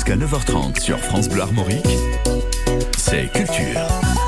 jusqu'à 9h30 sur France Bleu Armorique, c'est Culture.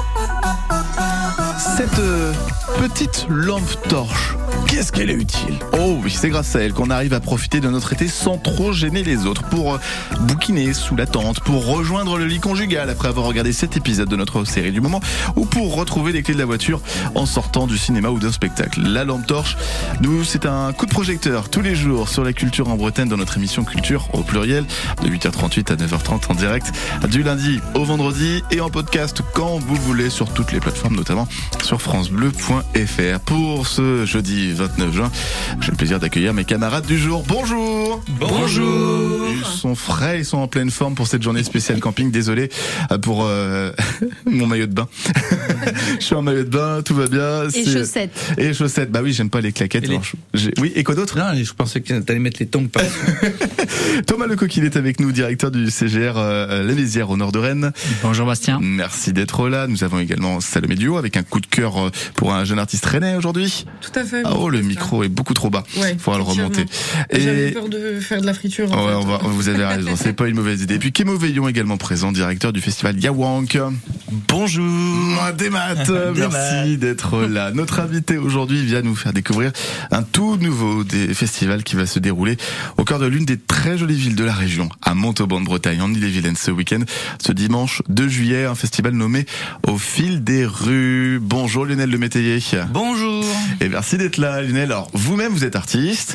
Cette petite lampe torche, qu'est-ce qu'elle est utile? Oh oui, c'est grâce à elle qu'on arrive à profiter de notre été sans trop gêner les autres, pour bouquiner sous la tente, pour rejoindre le lit conjugal après avoir regardé cet épisode de notre série du moment, ou pour retrouver les clés de la voiture en sortant du cinéma ou d'un spectacle. La lampe torche, nous, c'est un coup de projecteur tous les jours sur la culture en Bretagne dans notre émission Culture au pluriel, de 8h38 à 9h30 en direct, du lundi au vendredi et en podcast quand vous voulez sur toutes les plateformes, notamment sur francebleu.fr. Pour ce jeudi 29 juin, j'ai le plaisir d'accueillir mes camarades du jour. Bonjour. Bonjour. Ils sont frais, ils sont en pleine forme pour cette journée spéciale camping. Désolé pour mon maillot de bain. Je suis en maillot de bain, tout va bien. Et chaussettes. Et chaussettes. Bah oui, j'aime pas les claquettes. Oui, et quoi d'autre? Non, je pensais que t'allais mettre les tongs par Thomas Lecoq, il est avec nous, directeur du CGR Les Mézières au nord de Rennes. Bonjour Bastien. Merci d'être là. Nous avons également Salomé Duo avec un coup de cœur pour un jeune artiste rennais aujourd'hui. Tout à fait. Oh, le micro est beaucoup trop bas. Ouais, faudra le remonter. J'avais peur de faire de la friture. Vous avez raison, c'est pas une mauvaise idée. Et puis Kémo Veillon également présent, directeur du festival Yawank. Bonjour. Des maths. Merci d'être là. Notre invité aujourd'hui vient nous faire découvrir un tout nouveau des festivals qui va se dérouler au cœur de l'une des très jolies villes de la région, à Montauban de Bretagne, en Ille-et-Vilaine, ce week-end, ce dimanche 2 juillet, un festival nommé Au fil des rues. Bonjour Lionel Lemétayer. Bonjour. Et merci d'être là Lionel. Alors vous-même vous êtes artiste,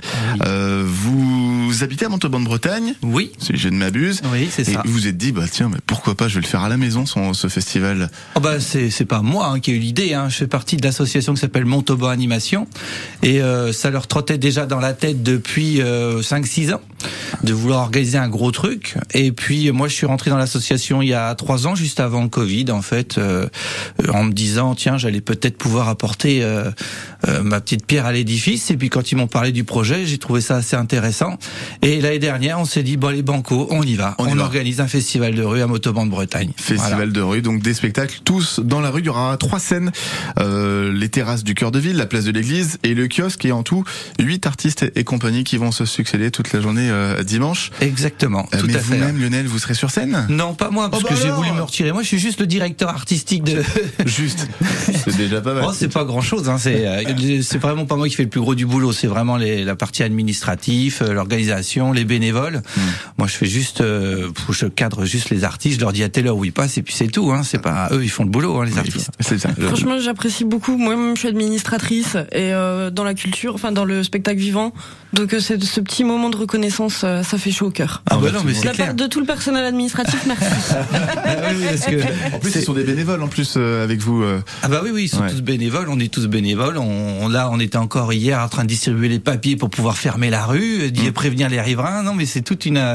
vous habitez à Montauban de Bretagne. Oui. Si je ne m'abuse. Oui, c'est ça. Et vous vous êtes dit, bah tiens, mais pourquoi pas, je vais le faire à la maison, ce festival. Oh bah c'est pas moi qui ai eu l'idée. Je fais partie de l'association qui s'appelle Montauban Animation, et ça leur trottait déjà dans la tête depuis 5-6 ans de vouloir organiser un gros truc. Et puis moi, je suis rentré dans l'association il y a 3 ans, juste avant le Covid, en fait, en me disant tiens, j'allais peut-être pouvoir apporter ma petite pierre à l'édifice. Et puis quand ils m'ont parlé du projet, j'ai trouvé ça assez intéressant. Et l'année dernière, on s'est dit bon, les bancos, on y va. On organise un festival de rue à Montauban de Bretagne. Festival de rue, donc des spectacles tous dans la rue. Il y aura 3 scènes, les terrasses du cœur de ville, la place de l'église et le kiosque, et en tout 8 artistes et compagnie qui vont se succéder toute la journée dimanche. Exactement. Tout mais à fait. Vous-même, Lionel, vous serez sur scène? Non, pas moi, parce que j'ai voulu me retirer. Moi, je suis juste le directeur artistique de. Juste. C'est déjà pas mal. Oh, c'est pas grand-chose. C'est vraiment pas moi qui fais le plus gros du boulot. C'est vraiment la partie administrative, l'organisation, les bénévoles. Moi, je fais juste, je cadre juste les artistes. Je leur dis à telle heure où ils passent, et puis c'est tout. C'est pas eux, ils font le boulot, les artistes. C'est ça. Franchement, j'apprécie beaucoup. Moi-même, je suis administratrice et dans la culture, enfin dans le spectacle vivant. Donc c'est ce petit moment de reconnaissance, ça fait chaud au cœur. Ah bah non, mais c'est clair. De tout le personnel administratif, merci. Oui, parce que en plus, ils sont des bénévoles en plus avec vous. Ah bah oui, ils sont tous bénévoles. On est tous bénévoles. On était encore hier en train de distribuer les papiers pour pouvoir fermer la rue, prévenir les riverains. Non, mais c'est toute une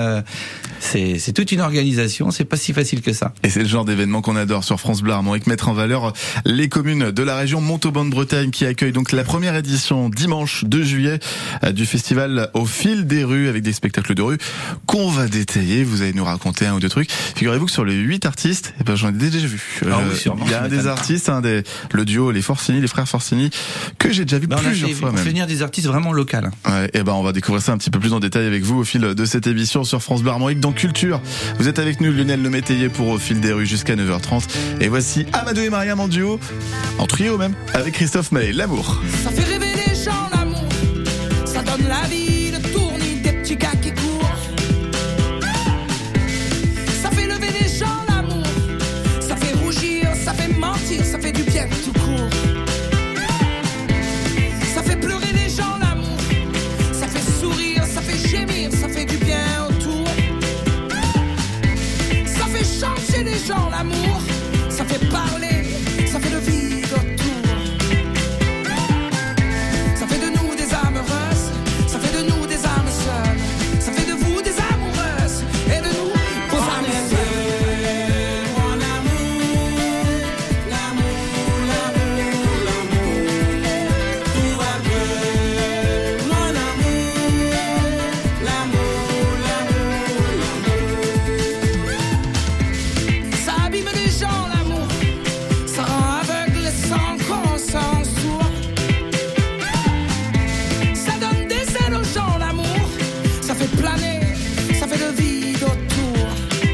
organisation. C'est pas si facile que ça. Et c'est le genre d'événement qu'on adore sur France Bleu Armorique, mettre en valeur les communes de la région Montauban de Bretagne qui accueillent donc la première édition dimanche 2 juillet du festival Au fil des rues, avec des spectacles de rue qu'on va détailler. Vous allez nous raconter un ou deux trucs. Figurez-vous que sur les 8 artistes, j'en ai déjà vu. Il y a des artistes, le duo les frères Forcini, que j'ai déjà vu plusieurs fois. On fait venir des artistes vraiment locaux. Ouais, et on va découvrir ça un petit peu plus en détail avec vous au fil de cette émission sur France Bleu Armorique dans Culture. Vous êtes avec nous, Lionel Lemétayer, pour Au fil des rues jusqu'à 9h30. Et voici Amadou et Mariam en duo, en trio même, avec Christophe Maé, L'amour. Ça fait rêver les gens, l'amour. Ça donne la vie, le tournis des petits gars qui courent. Ça fait lever les gens, l'amour. Ça fait rougir, ça fait mentir, ça fait du bien tout court. Ça fait pleurer les gens, l'amour. Ça fait sourire, ça fait gémir, ça fait du bien autour. Ça fait changer les gens, l'amour. Ça fait parler, ça fait le vide autour. Ça fait de nous des âmes heureuses, ça fait de nous des âmes seules, ça fait de vous des amoureuses et de nous vos âmes seules. Mon amour, l'amour, l'amour, l'amour, tout va bien. Mon amour, l'amour, l'amour, l'amour. Ça abîme les gens, l'amour. Ça rend aveugle sans conscience sourd. Ça donne des ailes aux gens, l'amour. Ça fait planer, ça fait le vide autour.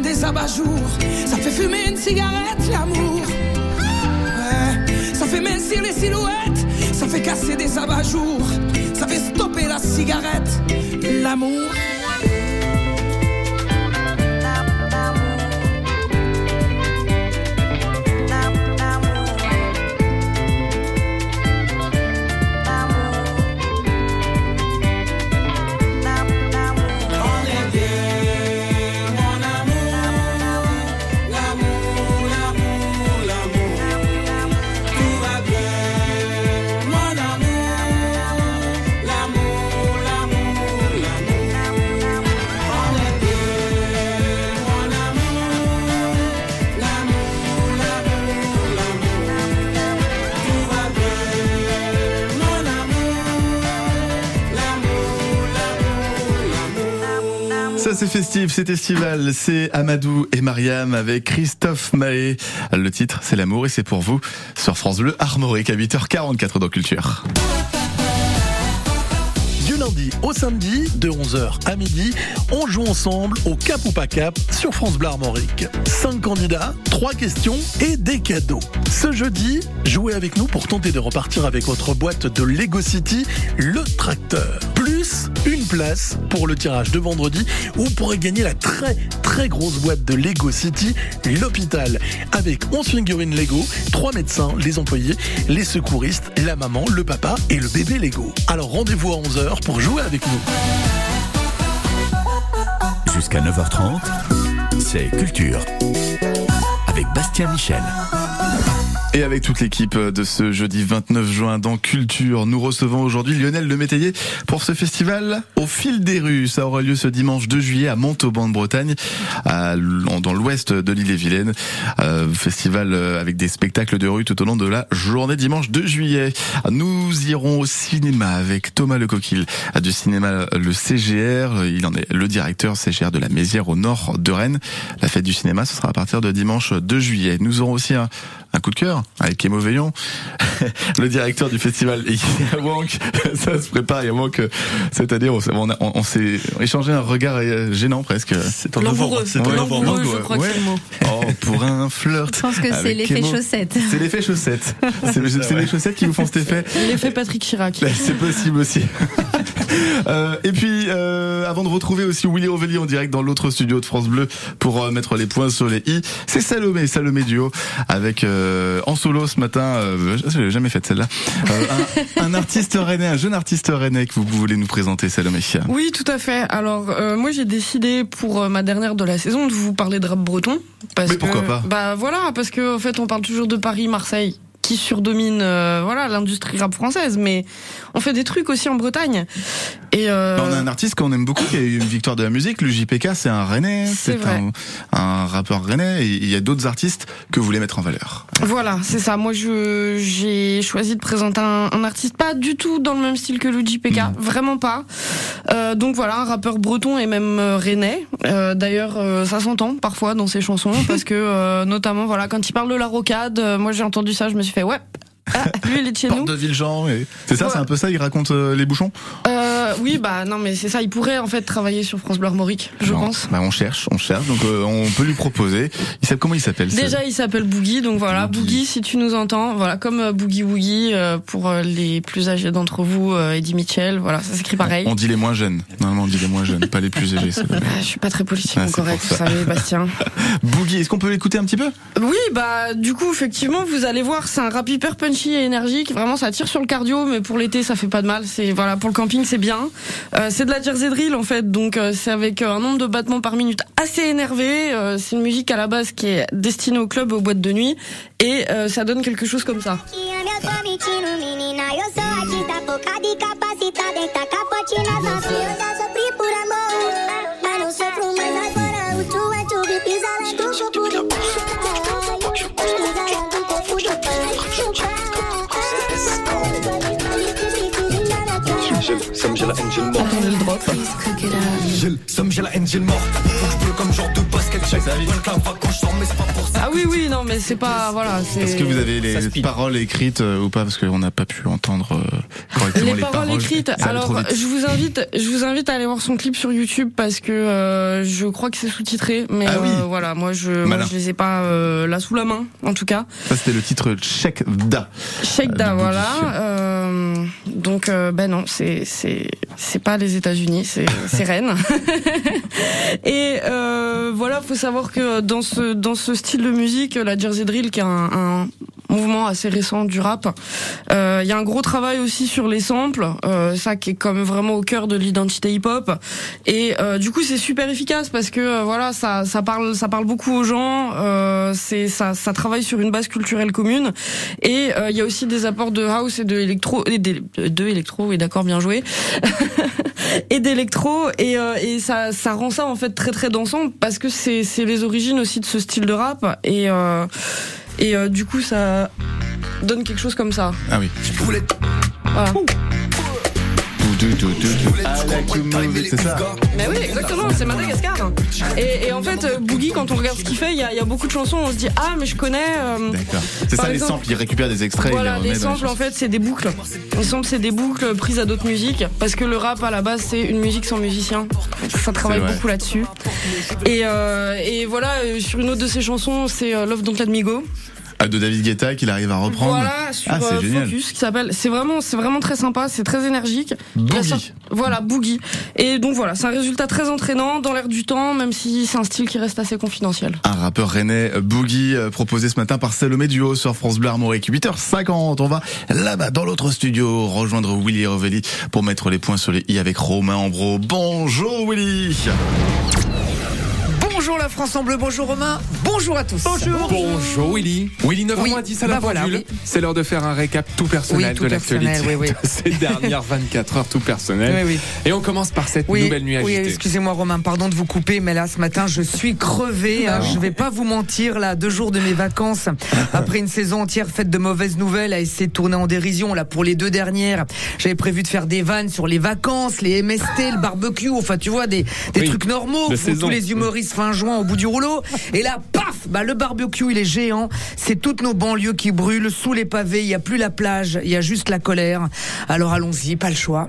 des abat-jours. Ça fait fumer une cigarette, l'amour. Ouais. Ça fait mincir les silhouettes. Ça fait casser des abat-jours. Ça fait stopper la cigarette, l'amour. Ça c'est festif, c'est estival, c'est Amadou et Mariam avec Christophe Mahé. Le titre c'est l'amour et c'est pour vous sur France Bleu Armorique à 8h44 dans Culture. Du lundi au samedi, de 11h à midi, on joue ensemble au Cap ou pas Cap sur France Bleu Armorique. 5 candidats, 3 questions et des cadeaux. Ce jeudi, jouez avec nous pour tenter de repartir avec votre boîte de Lego City, le tracteur. Plus une place pour le tirage de vendredi où vous pourrez gagner la très grosse boîte de Lego City, l'hôpital. Avec 11 figurines Lego, 3 médecins, les employés, les secouristes, la maman, le papa et le bébé Lego. Alors rendez-vous à 11h pour jouer avec nous. Jusqu'à 9h30, c'est Culture. Avec Bastien Michel. Et avec toute l'équipe de ce jeudi 29 juin dans Culture, nous recevons aujourd'hui Lionel Lemétayer pour ce festival au fil des rues. Ça aura lieu ce dimanche 2 juillet à Montauban de Bretagne, dans l'ouest de l'île-et-Vilaine. Festival avec des spectacles de rue tout au long de la journée dimanche 2 juillet. Nous irons au cinéma avec Thomas Lecoquille du cinéma Le CGR. Il en est le directeur CGR de la Mézières au nord de Rennes. La fête du cinéma, ce sera à partir de dimanche 2 juillet. Nous aurons aussi un coup de cœur avec Kémo Veillon, le directeur du festival. Et il manque, ça se prépare, il manque cette année, on s'est échangé un regard gênant presque. C'est en novembre. Je crois que c'est le mot. Oh, pour un flirt. Je pense que c'est l'effet chaussette. C'est l'effet chaussette. C'est les chaussettes qui vous font cet effet. L'effet Patrick Chirac. C'est possible aussi. Et puis, avant de retrouver aussi Willy Ovelli en direct dans l'autre studio de France Bleu pour mettre les points sur les i, c'est Salomé Duo avec en solo ce matin. Je l'ai jamais faite celle-là. Un artiste rennais, un jeune artiste rennais que vous voulez nous présenter, Salomé. Oui, tout à fait. Alors moi j'ai décidé pour ma dernière de la saison de vous parler de rap breton. Mais pourquoi pas ? Bah voilà, parce que en fait on parle toujours de Paris, Marseille, qui surdomine l'industrie rap française, mais on fait des trucs aussi en Bretagne. Et on a un artiste qu'on aime beaucoup qui a eu une victoire de la musique, le JPK, c'est un Rennais, c'est un rappeur rennais, et il y a d'autres artistes que vous voulez mettre en valeur. Voilà, c'est ça. Moi j'ai choisi de présenter un artiste pas du tout dans le même style que le JPK, vraiment pas. Donc voilà, un rappeur breton et même rennais. D'ailleurs ça s'entend parfois dans ses chansons parce que notamment voilà, quand il parle de la rocade, moi j'ai entendu ça, je me suis fait ouais. Lui il est de chez nous. Porte de Villejean, c'est ça, c'est un peu ça, il raconte les bouchons. Oui, bah non, mais c'est ça. Il pourrait en fait travailler sur France Bleu Armorique, je pense. Bah on cherche. Donc on peut lui proposer. Comment il s'appelle ? Déjà, il s'appelle Boogie. Donc voilà, Boogie, si tu nous entends, voilà, comme Boogie Woogie pour les plus âgés d'entre vous, Eddie Mitchell. Voilà, ça s'écrit pareil. On dit les moins jeunes. Normalement, on dit les moins jeunes, pas les plus âgés. Je suis pas très politiquement correct, vous savez, Bastien. Boogie, est-ce qu'on peut l'écouter un petit peu ? Oui, bah du coup, effectivement, vous allez voir, c'est un rap hyper punchy et énergique. Vraiment, ça tire sur le cardio, mais pour l'été, ça fait pas de mal. C'est voilà, pour le camping, c'est bien. C'est de la Jersey Drill en fait, donc c'est avec un nombre de battements par minute assez énervé. C'est une musique à la base qui est destinée au club, aux boîtes de nuit, et ça donne quelque chose comme ça. J'ai la engine morte. J'ai la engine morte. Faut que je peux comme genre de basket, check. Ça vite. Ah oui, non, mais c'est pas, voilà. Est-ce que vous avez les paroles écrites ou pas, parce qu'on n'a pas pu entendre correctement les paroles écrites. Alors, je vous invite à aller voir son clip sur YouTube parce que je crois que c'est sous-titré, mais voilà, moi je les ai pas là sous la main, en tout cas. Ça c'était le titre Cheikh Da. Cheikh Da, voilà. Donc non, c'est pas les États-Unis, c'est Rennes. Et voilà, faut savoir que dans ce style de musique, la Jersey Drill, qui est un mouvement assez récent du rap, il y a un gros travail aussi sur les samples, ça qui est comme vraiment au cœur de l'identité hip-hop. Et du coup, c'est super efficace parce que voilà, ça parle beaucoup aux gens. Ça travaille sur une base culturelle commune. Et il y a aussi des apports de house et de électro, oui, d'accord, bien joué. Et d'électro, et ça rend ça en fait très très dansant parce que c'est les origines aussi de ce style de rap, et du coup ça donne quelque chose comme ça. Ah oui. Voilà. C'est ça. Mais oui, exactement, c'est Madagascar. Et en fait, Boogie, quand on regarde ce qu'il fait, il y a beaucoup de chansons, on se dit ah mais je connais. D'accord. C'est ça, les samples, il récupère des extraits. Voilà, les samples en fait c'est des boucles. Les samples c'est des boucles prises à d'autres musiques, parce que le rap à la base c'est une musique sans musicien. Ça travaille beaucoup là-dessus. Et voilà, sur une autre de ses chansons, c'est Love Don't Let Me Go. De David Guetta qu'il arrive à reprendre. Voilà, sur Focus, qui s'appelle. C'est vraiment très sympa, c'est très énergique. Boogie. Voilà, Boogie. Et donc voilà, c'est un résultat très entraînant dans l'air du temps, même si c'est un style qui reste assez confidentiel. Un rappeur rennais, Boogie, proposé ce matin par Salomé Duo sur France Bleu Armorique. 8h50, on va là-bas dans l'autre studio rejoindre Willy Rovelli pour mettre les points sur les i avec Romain Ambro. Bonjour Willy. Bonjour la France en bleu, bonjour Romain, bonjour à tous. Bonjour Willy. Willy, 9h10 à la pendule. C'est l'heure de faire un récap tout personnel de l'actualité de ces dernières 24 heures, tout personnel. Oui. Et on commence par cette nouvelle nuit agitée. Oui, excusez-moi Romain, pardon de vous couper, mais là ce matin je suis crevé. Je vais pas vous mentir, là, 2 jours de mes vacances, après une saison entière faite de mauvaises nouvelles, à essayer de tourner en dérision. Là, pour les 2 dernières, j'avais prévu de faire des vannes sur les vacances, les MST, le barbecue, enfin tu vois, des trucs normaux pour tous les humoristes fin juin au bout du rouleau. Et là, paf, le barbecue il est géant. C'est toutes nos banlieues qui brûlent. Sous les pavés, il n'y a plus la plage, il y a juste la colère. Alors allons-y, pas le choix.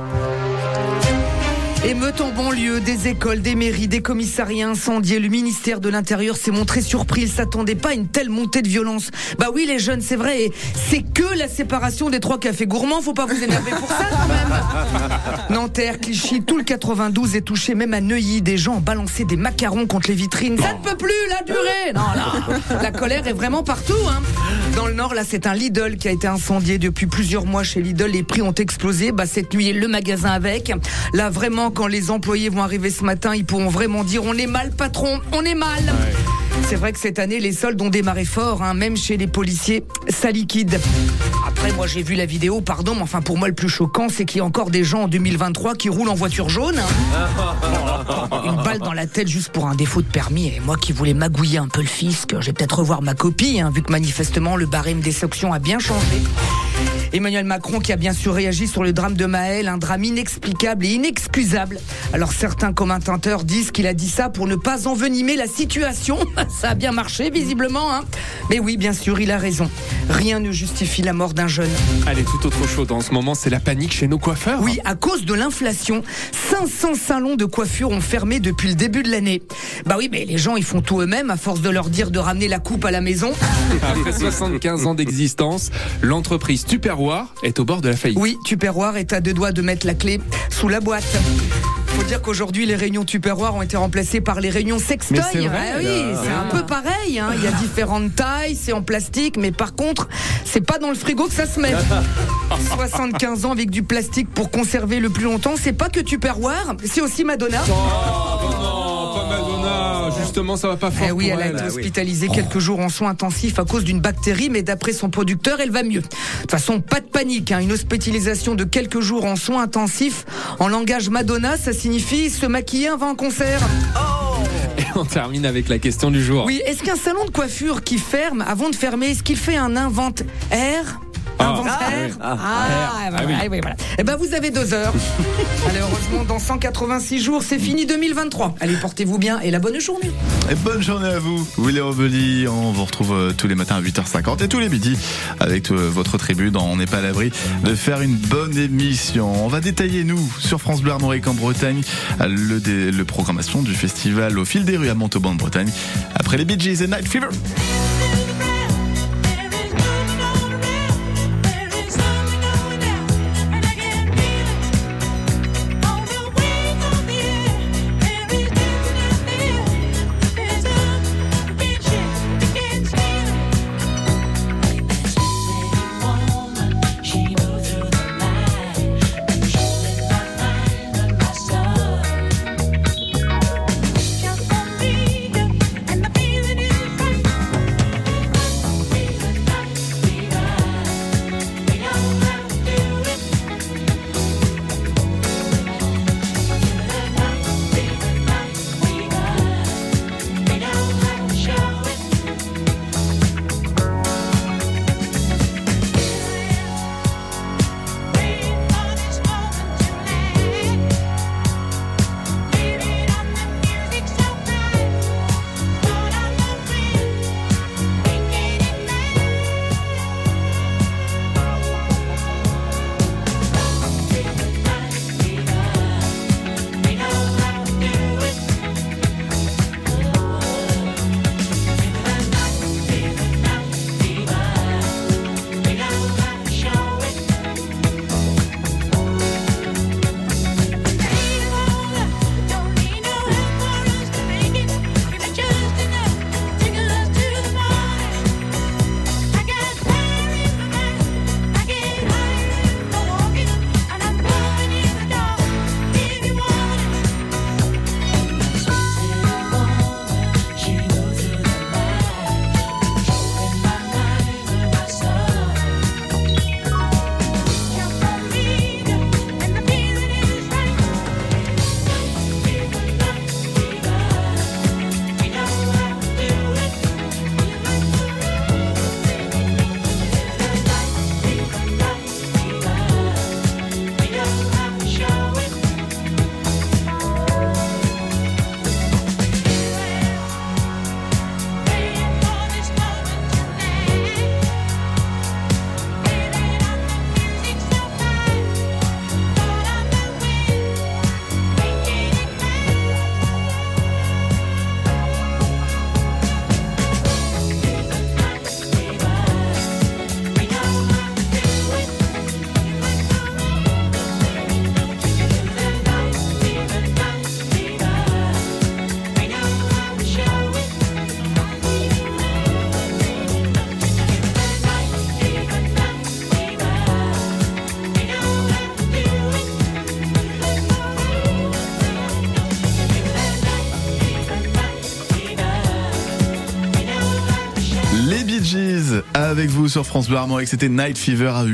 Émeutes en banlieue, des écoles, des mairies, des commissariats incendiés. Le ministère de l'Intérieur s'est montré surpris. Il s'attendait pas à une telle montée de violence. Bah oui, les jeunes, c'est vrai. Et c'est que la séparation des 3 cafés gourmands. Faut pas vous énerver pour ça, quand même. Nanterre, Clichy, tout le 92 est touché. Même à Neuilly, des gens ont balancé des macarons contre les vitrines. Ça ne peut plus, la durée. Non, là, la colère est vraiment partout, hein. Dans le Nord, là, c'est un Lidl qui a été incendié depuis plusieurs mois chez Lidl. Les prix ont explosé. Cette nuit, le magasin avec. Là, vraiment, quand les employés vont arriver ce matin, ils pourront vraiment dire on est mal patron, on est mal. C'est vrai que cette année les soldes ont démarré fort, hein, même chez les policiers, ça liquide. Après moi j'ai vu la vidéo, pardon, mais enfin pour moi le plus choquant c'est qu'il y a encore des gens en 2023 qui roulent en voiture jaune, hein. Une balle dans la tête juste pour un défaut de permis, et moi qui voulais magouiller un peu le fisc, je vais peut-être revoir ma copie, hein, vu que manifestement le barème des sanctions a bien changé. Emmanuel Macron qui a bien sûr réagi sur le drame de Maël, un drame inexplicable et inexcusable. Alors certains commentateurs disent qu'il a dit ça pour ne pas envenimer la situation. Ça a bien marché visiblement, hein. Mais oui, bien sûr, il a raison. Rien ne justifie la mort d'un jeune. Allez, tout autre chose en ce moment, c'est la panique chez nos coiffeurs. Oui, à cause de l'inflation, 500 salons de coiffure ont fermé depuis le début de l'année. Bah oui, mais les gens ils font tout eux-mêmes à force de leur dire de ramener la coupe à la maison. Après 75 ans d'existence, l'entreprise Tupperware est au bord de la faillite. Oui, Tupperware est à 2 doigts de mettre la clé sous la boîte. Faut dire qu'aujourd'hui les réunions Tupperware ont été remplacées par les réunions sextoy. Mais c'est vrai, c'est un peu pareil, hein. Il y a différentes tailles, c'est en plastique, mais par contre, c'est pas dans le frigo que ça se met. 75 ans avec du plastique pour conserver le plus longtemps, c'est pas que Tupperware, c'est aussi Madonna. Non, pas Madonna. Justement, ça va pas fort. Oui, elle a été hospitalisée quelques jours en soins intensifs à cause d'une bactérie, mais d'après son producteur, elle va mieux. De toute façon, pas de panique, hein. Une hospitalisation de quelques jours en soins intensifs, en langage Madonna, ça signifie se maquiller avant un concert. Et on termine avec la question du jour. Oui, est-ce qu'un salon de coiffure qui ferme avant de fermer, est-ce qu'il fait un inventaire? Inventaire. Oui, voilà. Eh ben, vous avez 2 heures. Malheureusement, dans 186 jours, c'est fini 2023. Allez, portez-vous bien et la bonne journée. Et bonne journée à vous, Willy Robeli. On vous retrouve tous les matins à 8h50 et tous les midis avec votre tribu dans On n'est pas à l'abri de faire une bonne émission. On va détailler, nous, sur France Bleu Armorique en Bretagne, le programmation du festival Au fil des rues à Montauban de Bretagne. Après les Bee Gees et Night Fever. Avec vous sur France Bleu Armorique, c'était Night Fever à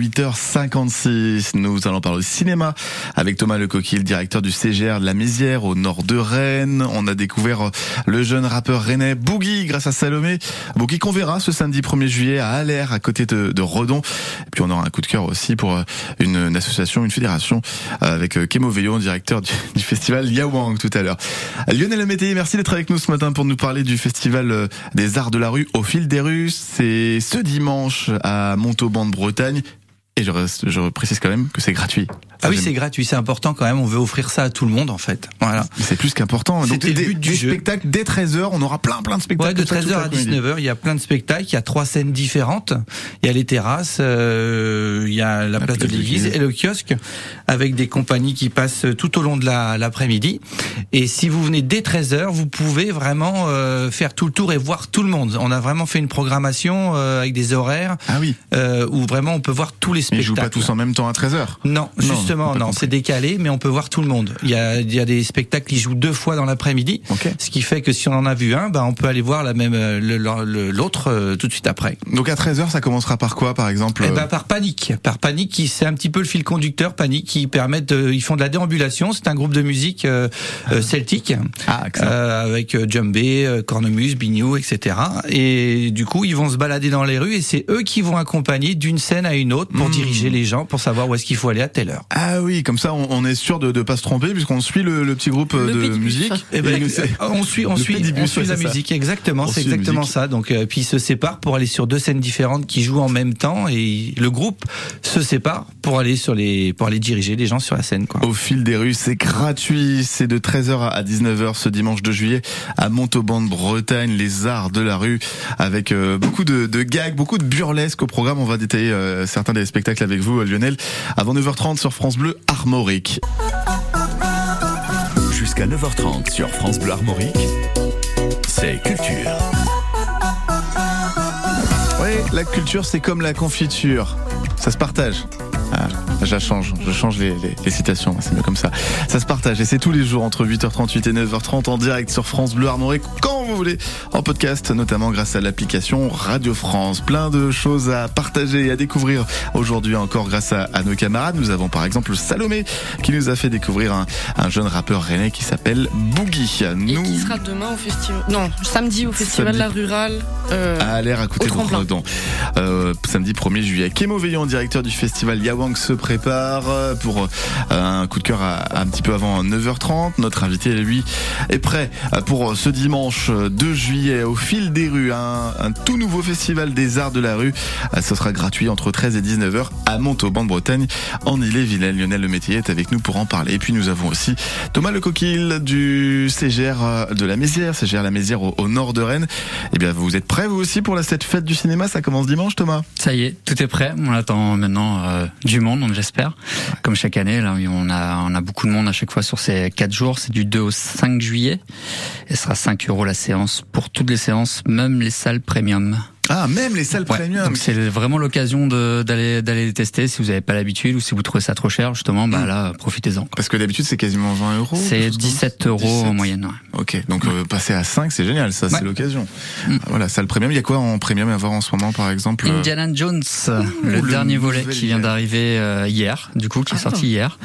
8h56. Nous allons parler de cinéma avec Thomas Lecoquille, directeur du CGR de la Mézières au nord de Rennes. On a découvert le jeune rappeur rennais Boogie grâce à Salomé. Boogie qu'on verra ce samedi 1er juillet à Aller à côté de Redon. Et puis on aura un coup de cœur aussi pour une association, une fédération avec Kémo Veillon, directeur du festival Yawang tout à l'heure. Lionel Métayer, merci d'être avec nous ce matin pour nous parler du festival des arts de la rue Au fil des rues. C'est ce dimanche à Montauban de Bretagne. Et je précise quand même que c'est gratuit. Ah oui, c'est gratuit, c'est important quand même. On veut offrir ça à tout le monde en fait. Voilà. C'est plus qu'important. Donc le but du jeu. Spectacle dès 13h, on aura plein de spectacles. Ouais, de 13h à 19h, il y a plein de spectacles. Il y a 3 scènes différentes. Il y a les terrasses, il y a la place de l'église et le kiosque avec des compagnies qui passent tout au long de l'après-midi. Et si vous venez dès 13h, vous pouvez vraiment faire tout le tour et voir tout le monde. On a vraiment fait une programmation avec des horaires où vraiment on peut voir tous les spectacle. Ils jouent pas tous en même temps à 13h. Non, justement, non, c'est décalé, mais on peut voir tout le monde. Il y a des spectacles qui jouent 2 fois dans l'après-midi, ce qui fait que si on en a vu un, on peut aller voir l'autre tout de suite après. Donc à 13h, ça commencera par quoi, par exemple? Par Panique. Par Panique, c'est un petit peu le fil conducteur. Panique, qui ils font de la déambulation. C'est un groupe de musique celtique, avec djembé, cornemuse, biniou, etc. Et du coup, ils vont se balader dans les rues et c'est eux qui vont accompagner d'une scène à une autre pour diriger les gens, pour savoir où est-ce qu'il faut aller à telle heure. Ah oui, comme ça, on est sûr de pas se tromper puisqu'on suit le petit groupe de musique. On suit la musique, exactement. C'est exactement ça. Donc, puis ils se séparent pour aller sur 2 scènes différentes qui jouent en même temps et le groupe se sépare pour aller diriger les gens sur la scène, quoi. Au fil des rues, c'est gratuit. C'est de 13h à 19h ce dimanche 2 juillet à Montauban de Bretagne, les arts de la rue, avec beaucoup de gags, beaucoup de burlesque au programme. On va détailler certains des spectacles avec vous, Lionel, avant 9h30 sur France Bleu Armorique. Jusqu'à 9h30 sur France Bleu Armorique, c'est culture. Oui, la culture, c'est comme la confiture. Ça se partage. Je change les citations, c'est mieux comme ça. Ça se partage et c'est tous les jours entre 8h38 et 9h30 en direct sur France Bleu Armorique, quand vous voulez, en podcast, notamment grâce à l'application Radio France. Plein de choses à partager et à découvrir aujourd'hui encore grâce à nos camarades. Nous avons par exemple Salomé qui nous a fait découvrir un jeune rappeur rennais qui s'appelle Boogie. Et qui sera demain au festival, samedi au festival de la Rurale. À l'air à côté de Redon. Samedi 1er juillet. Kémo Veillon, directeur du festival Yawang, se prépare pour un coup de cœur un petit peu avant 9h30. Notre invité, lui, est prêt pour ce dimanche 2 juillet au fil des rues, un tout nouveau festival des arts de la rue. Ce sera gratuit entre 13 et 19h à Montauban de Bretagne, en Ille-et-Vilaine. Lionel Lemétier est avec nous pour en parler. Et puis nous avons aussi Thomas Lecoquille du CGR de la Mézières, CGR la Mézières au nord de Rennes. Eh bien, vous êtes prêts vous aussi pour cette fête du cinéma? Ça commence dimanche, Thomas? Ça y est, tout est prêt. On attend maintenant du monde, j'espère. Comme chaque année, là, on a beaucoup de monde à chaque fois sur ces 4 jours. C'est du 2 au 5 juillet. Et ce sera 5 € la séance pour toutes les séances, même les salles premium. Ah, même les salles premium. Donc c'est vraiment l'occasion d'aller les tester si vous n'avez pas l'habitude ou si vous trouvez ça trop cher, justement, là, profitez-en. Parce que d'habitude, c'est quasiment 20 €. C'est 17 € en moyenne, ouais. Ok. Donc, passer à 5, c'est génial, ça, c'est l'occasion. Voilà, salle premium. Il y a quoi en premium à voir en ce moment, par exemple? Indiana Jones, le dernier volet qui vient d'arriver hier, du coup, qui est sorti hier.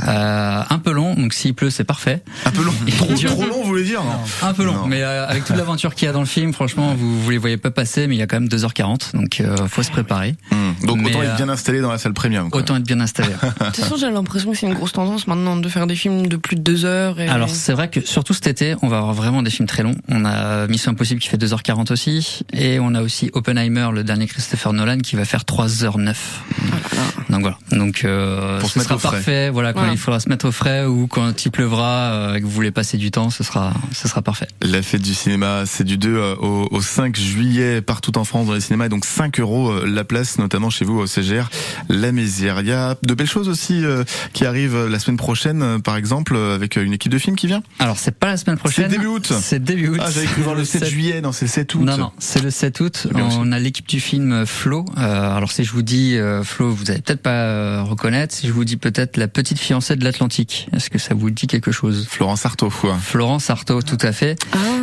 Un peu long, donc s'il pleut, c'est parfait. Un peu long. Trop long, vous voulez dire? Non. Un peu long. Mais, avec toute l'aventure qu'il y a dans le film, franchement, vous les voyez pas passer, mais il y a quand même 2h40, donc faut se préparer. Donc autant être bien installé dans la salle premium, quoi. Autant être bien installé. De toute façon, j'ai l'impression que c'est une grosse tendance maintenant de faire des films de plus de 2 heures. Alors c'est vrai que surtout cet été, on va avoir vraiment des films très longs. On a Mission Impossible qui fait 2h40 aussi, et on a aussi Oppenheimer, le dernier Christopher Nolan, qui va faire 3h09. Donc voilà. Donc ce sera parfait. Voilà, quand il faudra se mettre au frais ou quand il pleuvra, que vous voulez passer du temps, ce sera parfait. La fête du cinéma, c'est du 2 au 5 juillet partout en France dans les cinémas, et donc 5 € la place, notamment chez vous au CGR la Mézières. Il y a de belles choses aussi qui arrivent la semaine prochaine, par exemple, avec une équipe de films qui vient. Alors c'est pas la semaine prochaine. C'est début août. C'est début août. Ah, j'avais cru voir le 7 juillet. Non, c'est le 7 août. Non, c'est le 7 août. On a l'équipe du film Flo. Alors si je vous dis Flo, vous allez peut-être pas reconnaître. Si je vous dis peut-être La petite fiancée de l'Atlantique, est-ce que ça vous dit quelque chose? Florence Artaud, quoi. Florence Artaud, tout à fait.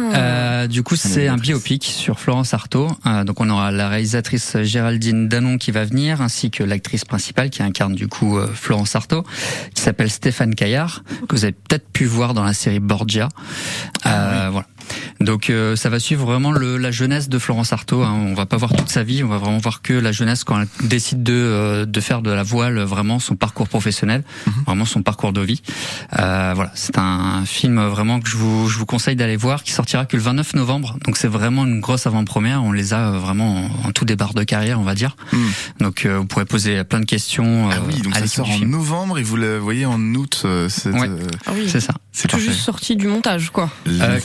Du coup, c'est un biopic sur Florence Artaud. Donc on aura la réalisatrice Géraldine Danon qui va venir, ainsi que l'actrice principale qui incarne du coup Florence Artaud, qui s'appelle Stéphane Caillard, que vous avez peut-être pu voir dans la série Borgia. Voilà. Donc ça va suivre vraiment la jeunesse de Florence Artaud. On va pas voir toute sa vie, on va vraiment voir que la jeunesse quand elle décide de faire de la voile, vraiment son parcours professionnel, vraiment son parcours de vie. Voilà, c'est un film vraiment que je vous conseille d'aller voir, qui sortira que le 29 novembre. Donc c'est vraiment une grosse avant-première. On les a vraiment en tout départ de carrière, on va dire. Donc vous pourrez poser plein de questions. Ah oui, donc ça sort en novembre et vous le voyez en août. C'est ça. C'est tout juste sorti du montage, quoi. Quasiment.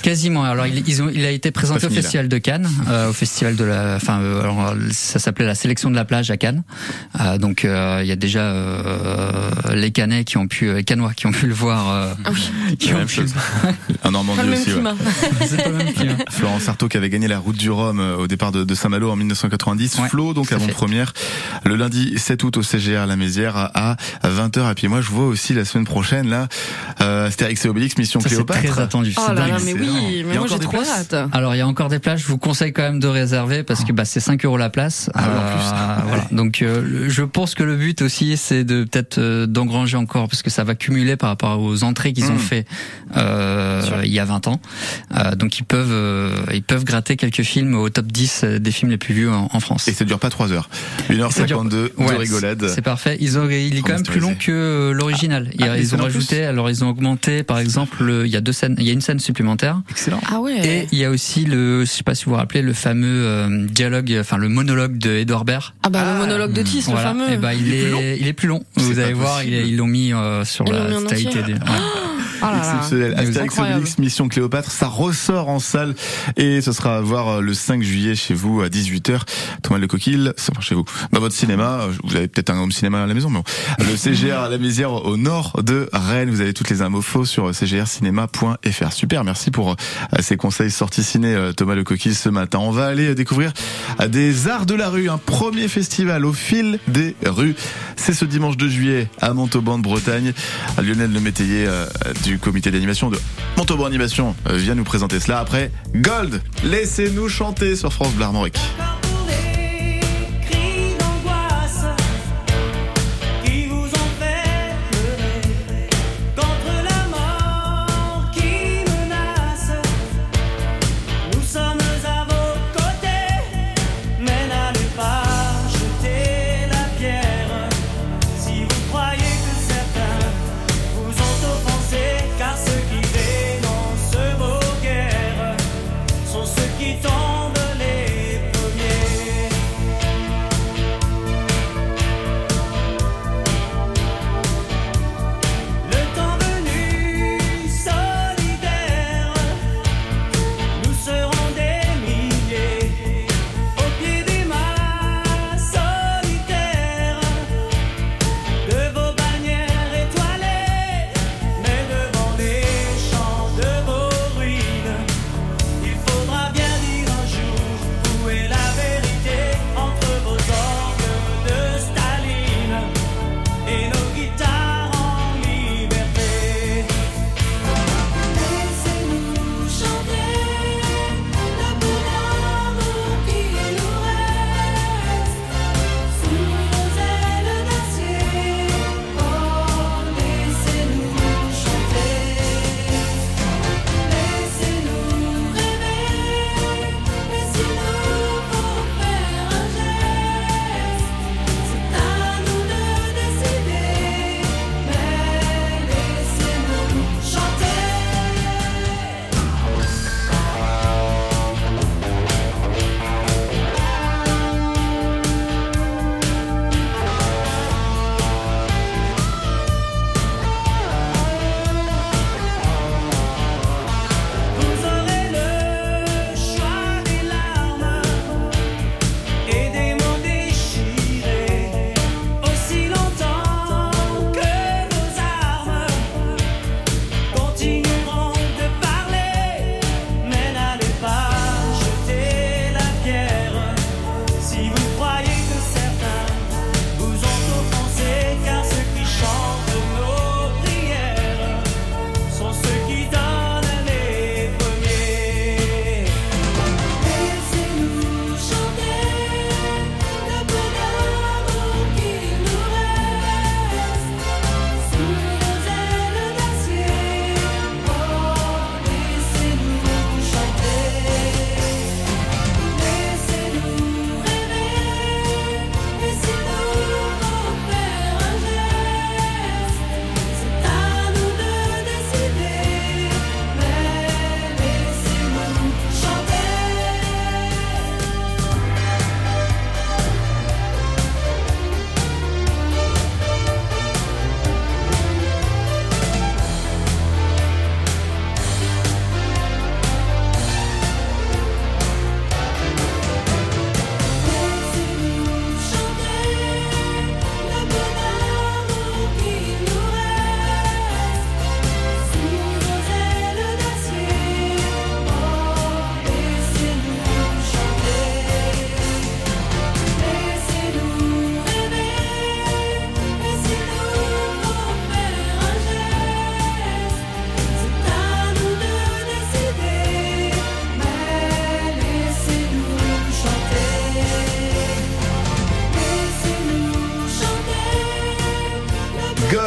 alors il a été présenté au Festival de Cannes, au festival de la, alors, ça s'appelait la sélection de la plage à Cannes. Donc il y a déjà les Canois qui ont pu le voir. Qui ont pu... En Normandie aussi. C'est pas le même climat. Florence Artaud qui avait gagné la route du Rhum au départ de Saint-Malo en 1990. Ouais, Flo, donc avant-première le lundi 7 août au CGR La Mézières à 20h. Et puis moi je vois aussi la semaine prochaine là Astérix et Obélix Mission Cléopâtre. C'est très attendu. Oh là là, mais oui, mais moi j'ai trop hâte. Alors il y a encore des places, je vous conseille quand même de réserver parce que c'est 5 € la place. Voilà. Donc je pense que le but aussi c'est de peut-être d'engranger encore parce que ça va cumuler par rapport aux entrées qu'ils ont fait il y a 20 ans. Donc ils peuvent gratter quelques films au top 10 des films les plus vus en France. Et ça dure pas 3 heures. 1h52 de rigolade. C'est parfait. Il est quand même plus long que l'original. Ils ont rajouté, alors ils ont augmenté par exemple, il y a une scène supplémentaire. Excellent. Ah ouais. Et il y a aussi je sais pas si vous vous rappelez, le fameux dialogue, enfin le monologue de Édouard Baird. Le monologue de Tis, voilà. le fameux. Et il est plus long. Vous allez voir, ils l'ont mis sur la totalité des. Exceptionnel. Astérix Obélix Mission Cléopâtre, ça ressort en salle et ce sera à voir le 5 juillet chez vous à 18h. Thomas Le Coquille, chez vous. Dans votre cinéma, vous avez peut-être un home cinéma à la maison, mais bon. Le CGR à La Mézières au nord de Rennes. Vous avez toutes les infos sur cgrcinéma.fr. Super, merci pour ces conseils sorties ciné, Thomas Le Coquille, ce matin. On va aller découvrir des arts de la rue, un premier festival au fil des rues. C'est ce dimanche 2 juillet à Montauban de Bretagne. Lionel Le Métayer du comité d'animation de Montauban Animation vient nous présenter cela après Gold. Laissez-nous chanter sur France Bleu Armorique.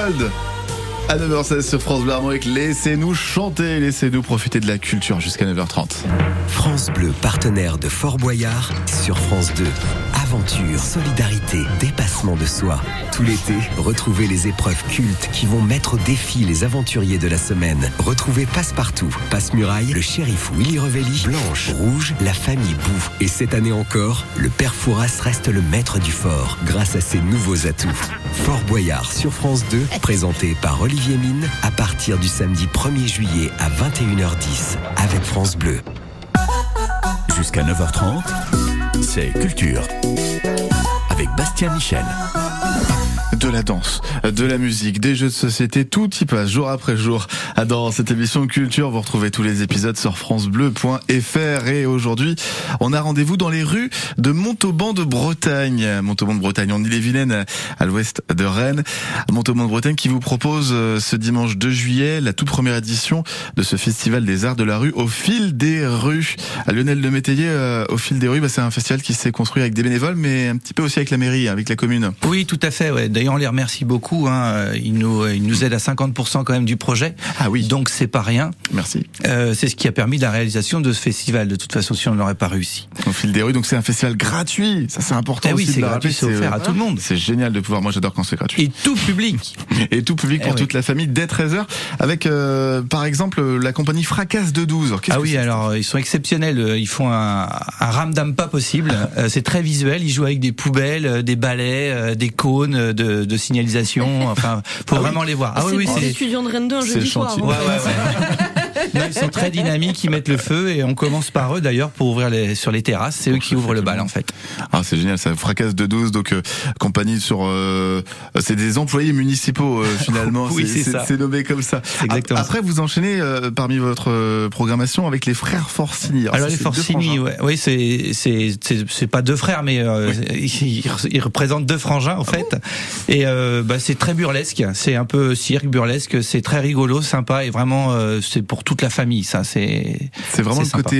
Gold. À 9h16 sur France Bleu Armorique, laissez-nous chanter, laissez-nous profiter de la culture jusqu'à 9h30. France Bleu, partenaire de Fort Boyard, sur France 2. Aventure, solidarité, dépassement de soi. Tout l'été, retrouvez les épreuves cultes qui vont mettre au défi les aventuriers de la semaine. Retrouvez Passe-Partout, Passe-Muraille, le shérif Willy Revelli, Blanche, Rouge, la famille Bou. Et cette année encore, le père Fouras reste le maître du fort grâce à ses nouveaux atouts. Fort Boyard sur France 2, présenté par Olivier Mine, à partir du samedi 1er juillet à 21h10 avec France Bleu. Jusqu'à 9h30, c'est Culture avec Bastien Michel. De la danse, de la musique, des jeux de société, tout y passe jour après jour. Dans cette émission Culture, vous retrouvez tous les épisodes sur francebleu.fr et aujourd'hui, on a rendez-vous dans les rues de Montauban de Bretagne. Montauban de Bretagne, en Ille-et-Vilaine, à l'ouest de Rennes. Montauban de Bretagne qui vous propose ce dimanche 2 juillet la toute première édition de ce festival des arts de la rue au fil des rues. Lionel de Métayer, au fil des rues, c'est un festival qui s'est construit avec des bénévoles, mais un petit peu aussi avec la mairie, avec la commune. Oui, tout à fait. Ouais. D'ailleurs, on les remercie beaucoup. Ils nous aident à 50% quand même du projet. Ah oui. Donc c'est pas rien. Merci. C'est ce qui a permis la réalisation de ce festival. De toute façon, si on n'aurait pas réussi. Au fil des rues, donc c'est un festival gratuit. Ça c'est important. Oui, aussi c'est de gratuit, c'est offert à tout le monde. C'est génial de pouvoir. Moi, j'adore quand c'est gratuit. Et tout public. Et tout public pour toute la famille dès 13h. Avec par exemple la compagnie Fracasse de 12. Ah oui, alors ils sont exceptionnels. Ils font un ramdam pas possible. C'est très visuel. Ils jouent avec des poubelles, des balais, des cônes de signalisation. Enfin, faut vraiment les voir. Ah oui, c'est les étudiants de Rennes 2 un jeudi soir. Ouais. Non, ils sont très dynamiques, ils mettent le feu et on commence par eux d'ailleurs pour ouvrir sur les terrasses. C'est eux qui ouvrent le bal en fait. Ah, c'est génial, ça. Fracasse de 12, donc compagnie sur. C'est des employés municipaux finalement. Oui, c'est nommé comme ça. Exactement. Après, vous enchaînez parmi votre programmation avec les frères Forcini. Alors les Forcini, oui, c'est pas deux frères, mais ils représentent deux frangins en fait. Et c'est très burlesque. C'est un peu cirque burlesque. C'est très rigolo, sympa et vraiment c'est pour toute la famille. Ça, c'est vraiment le côté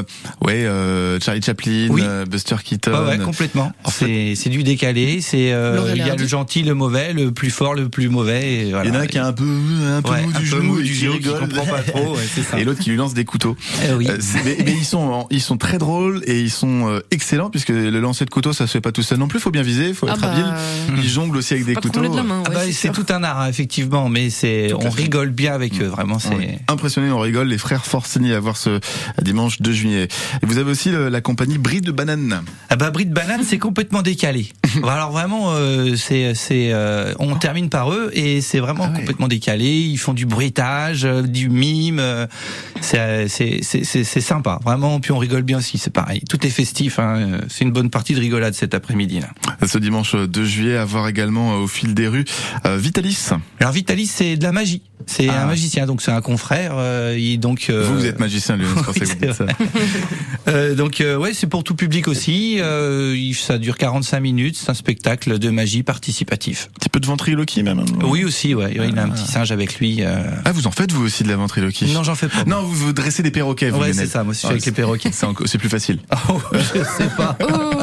Charlie Chaplin, oui. Buster Keaton. Ouais, complètement. C'est du décalé. C'est il y a le gentil, le mauvais, le plus fort, le plus mauvais. Et voilà. Il y en a un qui a un peu mou du genou, qui comprend pas trop. Ouais, c'est ça. Et l'autre qui lui lance des couteaux. Oui. Mais ils sont très drôles et ils sont excellents puisque le lancer de couteau ça se fait pas tout seul non plus. Faut bien viser, faut être habile. Ils jonglent aussi avec des couteaux. C'est tout un art effectivement, mais on rigole bien avec eux. Vraiment, c'est impressionnant. On rigole. Les frères Forcini à voir ce dimanche 2 juillet. Et vous avez aussi la compagnie Brie de Banane. Brie de Banane, c'est complètement décalé. Alors vraiment, on termine par eux et c'est vraiment complètement décalé. Ils font du bruitage, du mime. C'est sympa, vraiment. Puis on rigole bien aussi. C'est pareil. Tout est festif. C'est une bonne partie de rigolade cet après-midi là. Ce dimanche 2 juillet, à voir également au fil des rues Vitalis. Alors Vitalis, c'est de la magie. C'est un magicien, donc c'est un confrère. Vous êtes magicien, Lionel, je pensais que vous dites ça. Donc c'est pour tout public aussi. Ça dure 45 minutes. C'est un spectacle de magie participatif. Un petit peu de ventriloquie même. Oui aussi, ouais. Il a un petit singe avec lui. Ah, vous en faites vous aussi de la ventriloquie? Non, j'en fais pas. Non, vous dressez des perroquets. Vous, c'est ça. Moi aussi, je suis avec les perroquets. C'est plus facile. Je sais pas.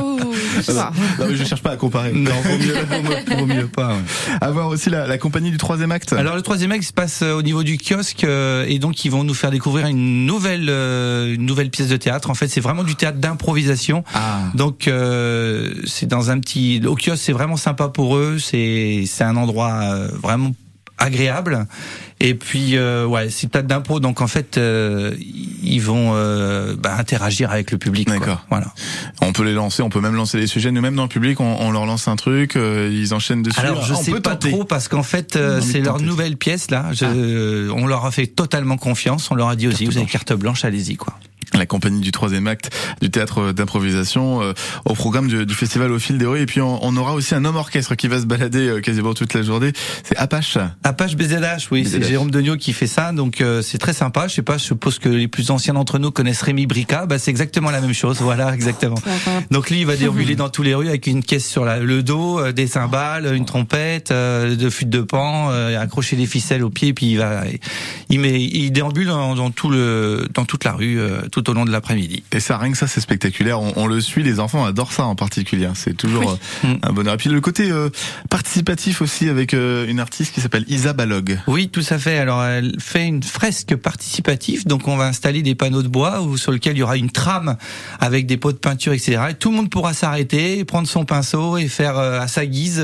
Non, mais je cherche pas à comparer. Non, vaut mieux pas. Ouais. À voir aussi la compagnie du 3e acte. Alors le 3e acte se passe au niveau du kiosque et donc ils vont nous faire découvrir une nouvelle pièce de théâtre. En fait, c'est vraiment du théâtre d'improvisation. Donc c'est dans au kiosque, c'est vraiment sympa pour eux. C'est un endroit vraiment agréable. Et puis c'est théâtre d'impro, donc en fait ils vont interagir avec le public. D'accord. Voilà. On peut les lancer, on peut même lancer des sujets. Nous-mêmes dans le public, on leur lance un truc, ils enchaînent dessus. Alors je sais pas trop parce qu'en fait c'est leur nouvelle pièce là. On leur a fait totalement confiance. On leur a dit aussi, vous avez carte blanche, allez-y quoi. La compagnie du 3e acte du théâtre d'improvisation au programme du festival au fil des rues. Et puis on aura aussi un homme orchestre qui va se balader quasiment toute la journée. C'est Apache BZH, oui, c'est Jérôme Degnaud qui fait ça. Donc c'est très sympa. Je suppose que les plus anciens d'entre nous connaissent Rémi Brica. C'est exactement la même chose. Voilà, exactement. Donc lui, il va déambuler dans tous les rues avec une caisse sur le dos, des cymbales, une trompette, de flûte de pan, accrocher des ficelles aux pieds, puis il déambule dans toute la rue tout au long de l'après-midi. Et ça, rien que ça, c'est spectaculaire. On le suit, les enfants adorent ça en particulier. C'est toujours un bonheur. Et puis le côté participatif aussi avec une artiste qui s'appelle Isa Balog. Oui, tout à fait. Alors elle fait une fresque participative, donc on va installer des panneaux de bois sur lesquels il y aura une trame avec des pots de peinture, etc. Et tout le monde pourra s'arrêter, prendre son pinceau et faire à sa guise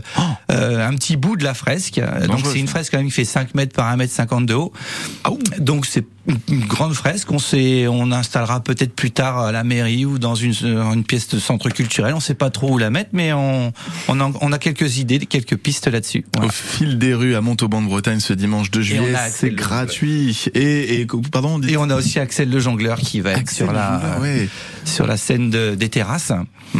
un petit bout de la fresque. Donc c'est une fresque quand même qui fait 5 mètres par 1,50 m de haut. Donc c'est une grande fresque. On installera peut-être plus tard à la mairie ou dans une pièce de centre culturel. On sait pas trop où la mettre, mais on a quelques idées, quelques pistes là-dessus. Voilà. Au fil des rues à Montauban de Bretagne ce dimanche 2 juillet, c'est gratuit. Et on a aussi Axel le jongleur qui va être sur la scène des terrasses.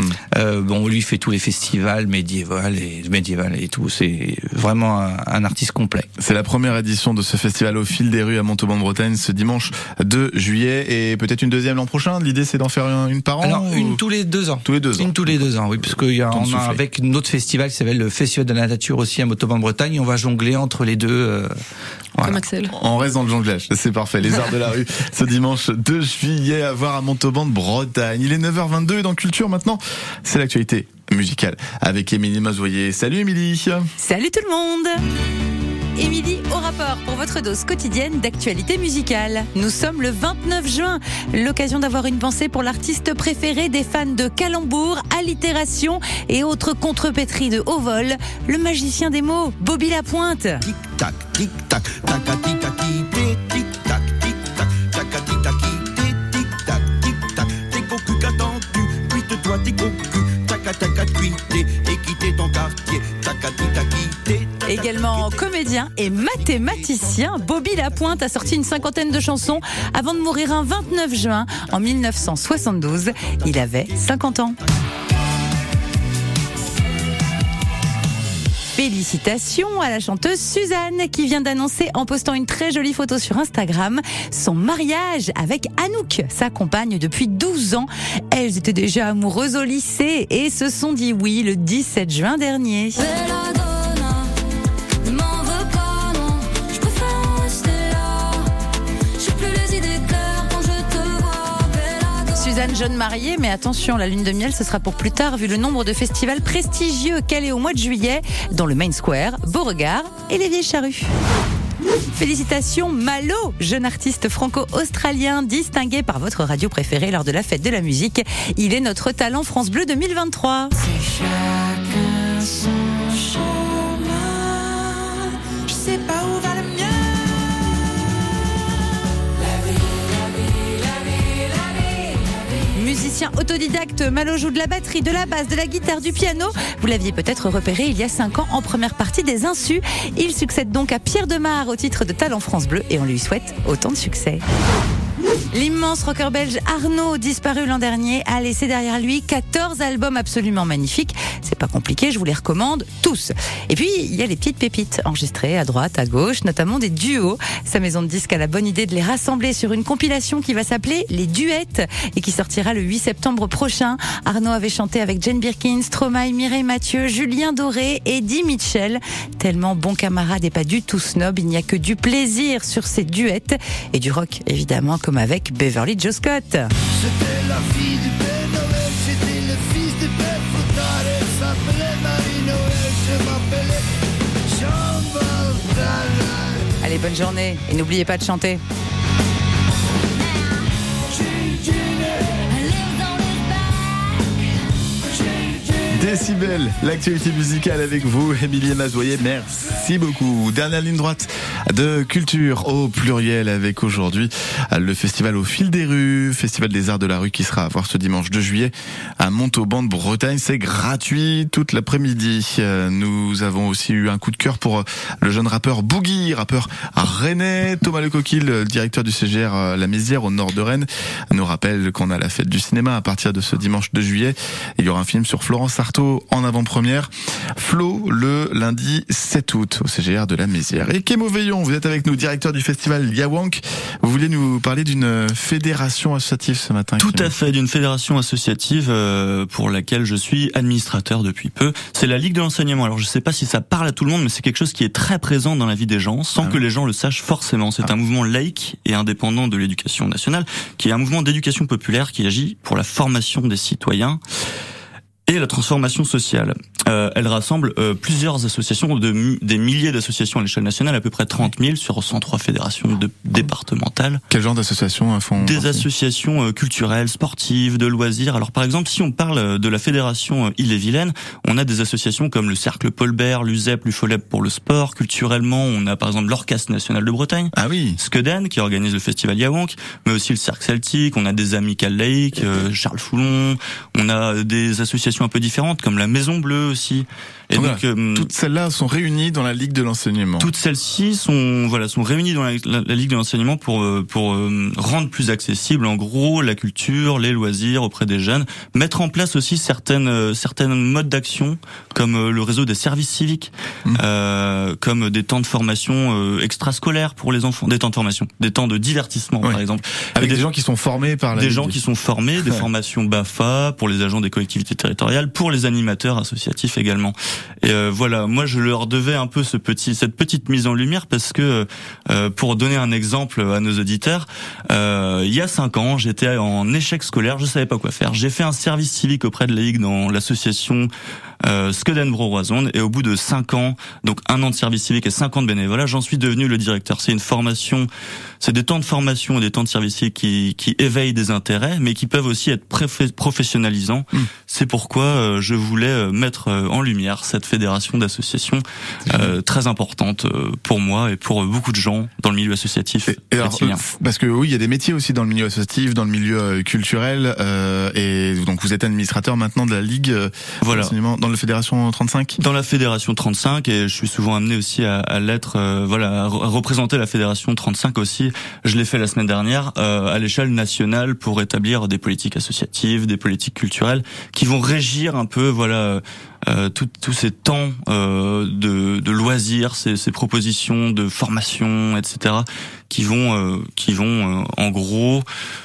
Lui fait tous les festivals médiévaux et tout. C'est vraiment un artiste complet. C'est la première édition de ce festival au fil des rues à Montauban de Bretagne ce dimanche 2 juillet et peut-être une deuxième l'an prochain. L'idée c'est d'en faire une par an. Alors une tous les 2 ans. Une tous les 2 ans, oui, parce qu'on a avec notre festival qui s'appelle le Festival de la Nature aussi à Montauban de Bretagne. Et on va jongler entre les deux. Comme Axel. On reste dans le jonglage, c'est parfait. Les arts de la rue ce dimanche 2 juillet à voir à Montauban de Bretagne. Il est 9h22 et dans Culture maintenant, c'est l'actualité musicale avec Émilie Mazoyer. Salut Émilie. Salut tout le monde. Émilie au rapport pour votre dose quotidienne d'actualité musicale. Nous sommes le 29 juin, l'occasion d'avoir une pensée pour l'artiste préféré des fans de calembours, allitération et autres contrepétries de haut vol, le magicien des mots, Bobby Lapointe. Tic-tac, tic-tac, tacati-taki, tic-tac, tic-tac, tacati-taki, tic-tac, tic-tac, t'es cocu qu'attends-tu, cuite-toi tes cocus, tac-tac, cuite et quitter ton quartier, tacati-taki, Également comédien et mathématicien, Bobby Lapointe a sorti une 50aine de chansons avant de mourir un 29 juin en 1972. Il avait 50 ans. Félicitations à la chanteuse Suzanne qui vient d'annoncer en postant une très jolie photo sur Instagram son mariage avec Anouk, sa compagne depuis 12 ans. Elles étaient déjà amoureuses au lycée et se sont dit oui le 17 juin dernier. Suzanne, jeune mariée, mais attention, la lune de miel, ce sera pour plus tard, vu le nombre de festivals prestigieux qu'elle est au mois de juillet, dans le Main Square, Beauregard et les Vieilles Charrues. Félicitations Malo, jeune artiste franco-australien distingué par votre radio préférée lors de la fête de la musique. Il est notre talent France Bleu 2023. C'est chacun son chemin, je sais pas où va le mien. Musicien autodidacte, Malo joue de la batterie, de la basse, de la guitare, du piano. Vous l'aviez peut-être repéré il y a 5 ans en première partie des Insus. Il succède donc à Pierre Demar au titre de Talent France Bleu et on lui souhaite autant de succès. L'immense rocker belge Arnaud, disparu l'an dernier, a laissé derrière lui 14 albums absolument magnifiques. C'est pas compliqué, je vous les recommande tous. Et puis, il y a les petites pépites enregistrées à droite, à gauche, notamment des duos. Sa maison de disques a la bonne idée de les rassembler sur une compilation qui va s'appeler Les Duettes et qui sortira le 8 septembre prochain. Arnaud avait chanté avec Jane Birkin, Stromae, Mireille Mathieu, Julien Doré, Eddie Mitchell. Tellement bon camarade et pas du tout snob, il n'y a que du plaisir sur ces duettes et du rock, évidemment, comme avec Beverly Joe Scott. C'était la fille du Père Noël, c'était le fils du Père Fouettard, elle s'appelait Marie-Noël, je m'appelais Jean Valjean. Allez, bonne journée et n'oubliez pas de chanter. Décibel, l'actualité musicale avec vous, Émilie Mazoyer, merci beaucoup. Dernière ligne droite de Culture au pluriel avec aujourd'hui le festival au fil des rues, festival des arts de la rue qui sera à voir ce dimanche 2 juillet à Montauban de Bretagne. C'est gratuit toute l'après-midi. Nous avons aussi eu un coup de cœur pour le jeune rappeur Boogie, rappeur rennais. Thomas Lecoquille, le directeur du CGR La Mézière au nord de Rennes, nous rappelle qu'on a la fête du cinéma à partir de ce dimanche 2 juillet. Il y aura un film sur Florence Artaud bientôt en avant-première. Flo, le lundi 7 août au CGR de la Mézières. Et Kémo Veillon, vous êtes avec nous, directeur du festival Yawank. Vous voulez nous parler d'une fédération associative ce matin? Tout à fait, d'une fédération associative pour laquelle je suis administrateur depuis peu. C'est la Ligue de l'enseignement. Alors je sais pas si ça parle à tout le monde, mais c'est quelque chose qui est très présent dans la vie des gens, sans que les gens le sachent forcément. C'est un mouvement laïque et indépendant de l'éducation nationale, qui est un mouvement d'éducation populaire qui agit pour la formation des citoyens et la transformation sociale. Elle rassemble plusieurs associations, des milliers d'associations à l'échelle nationale, à peu près 30 000 sur 103 fédérations départementales. Quel genre d'associations font? Des associations culturelles, sportives, de loisirs. Alors par exemple, si on parle de la fédération Ille-et-Vilaine, on a des associations comme le Cercle Paul Bert, l'USEP, l'UFOLEP pour le sport. Culturellement, on a par exemple l'Orchestre National de Bretagne. Ah oui. Skeden, qui organise le festival Yawank, mais aussi le Cercle Celtique. On a des amicales laïques, Charles Foulon. On a des associations un peu différentes comme la Maison Bleue aussi. Et donc toutes celles-là sont réunies dans la Ligue de l'enseignement. Toutes celles-ci sont réunies dans la Ligue de l'enseignement pour rendre plus accessible en gros la culture, les loisirs auprès des jeunes, mettre en place aussi certaines modes d'action comme le réseau des services civiques, comme des temps de formation extrascolaires pour les enfants, des temps de formation, des temps de divertissement par exemple, avec des gens qui sont formés par la des Ligue. gens qui sont formés, des formations BAFA pour les agents des collectivités territoriales, pour les animateurs associatifs également. Et voilà, moi je leur devais un peu cette petite mise en lumière parce que pour donner un exemple à nos auditeurs, il y a 5 ans, j'étais en échec scolaire, je savais pas quoi faire. J'ai fait un service civique auprès de la Ligue dans l'association Skeden-Bro-Roison, et au bout de 5 ans, donc 1 an de service civique et 5 ans de bénévolat, j'en suis devenu le directeur. C'est une formation, c'est des temps de formation et des temps de service civique qui éveillent des intérêts, mais qui peuvent aussi être professionnalisants. C'est pourquoi je voulais mettre en lumière cette fédération d'associations très importante pour moi et pour beaucoup de gens dans le milieu associatif. Et alors, parce que oui, il y a des métiers aussi dans le milieu associatif, dans le milieu culturel, et donc vous êtes administrateur maintenant de la Ligue dans la Fédération 35. Dans la Fédération 35, et je suis souvent amené aussi à l'être, à représenter la Fédération 35 aussi. Je l'ai fait la semaine dernière à l'échelle nationale pour établir des politiques associatives, des politiques culturelles qui vont régir un peu tous ces temps de loisirs, ces propositions de formation, etc., qui vont en gros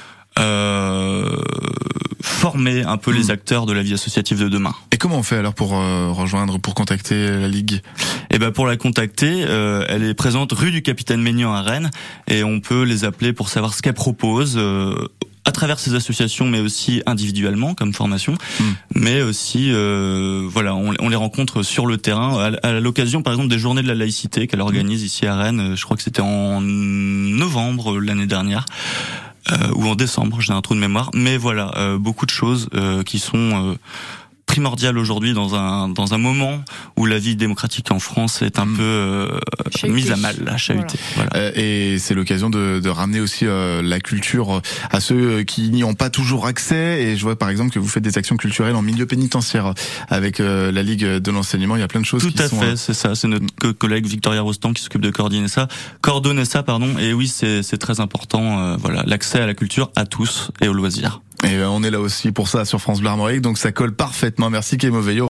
former un peu les acteurs de la vie associative de demain. Et comment on fait alors pour contacter la Ligue? Eh ben pour la contacter, elle est présente rue du Capitaine Maignan à Rennes, et on peut les appeler pour savoir ce qu'elle propose. À travers ces associations, mais aussi individuellement comme formation, mais aussi on les rencontre sur le terrain à l'occasion par exemple des journées de la laïcité qu'elle organise ici à Rennes. Je crois que c'était en novembre l'année dernière. Ou en décembre, j'ai un trou de mémoire, mais voilà, beaucoup de choses qui sont primordial aujourd'hui dans un moment où la vie démocratique en France est un peu mise à mal, chahutée. Voilà. Et c'est l'occasion de ramener aussi la culture à ceux qui n'y ont pas toujours accès. Et je vois par exemple que vous faites des actions culturelles en milieu pénitentiaire avec la Ligue de l'enseignement. Il y a plein de choses Tout à fait, c'est ça. C'est notre collègue Victoria Rostand qui s'occupe de coordonner ça. Et oui, c'est très important. L'accès à la culture à tous et aux loisirs. Et on est là aussi pour ça sur France Bleu Armorique, donc ça colle parfaitement. Merci Kémo Veillon.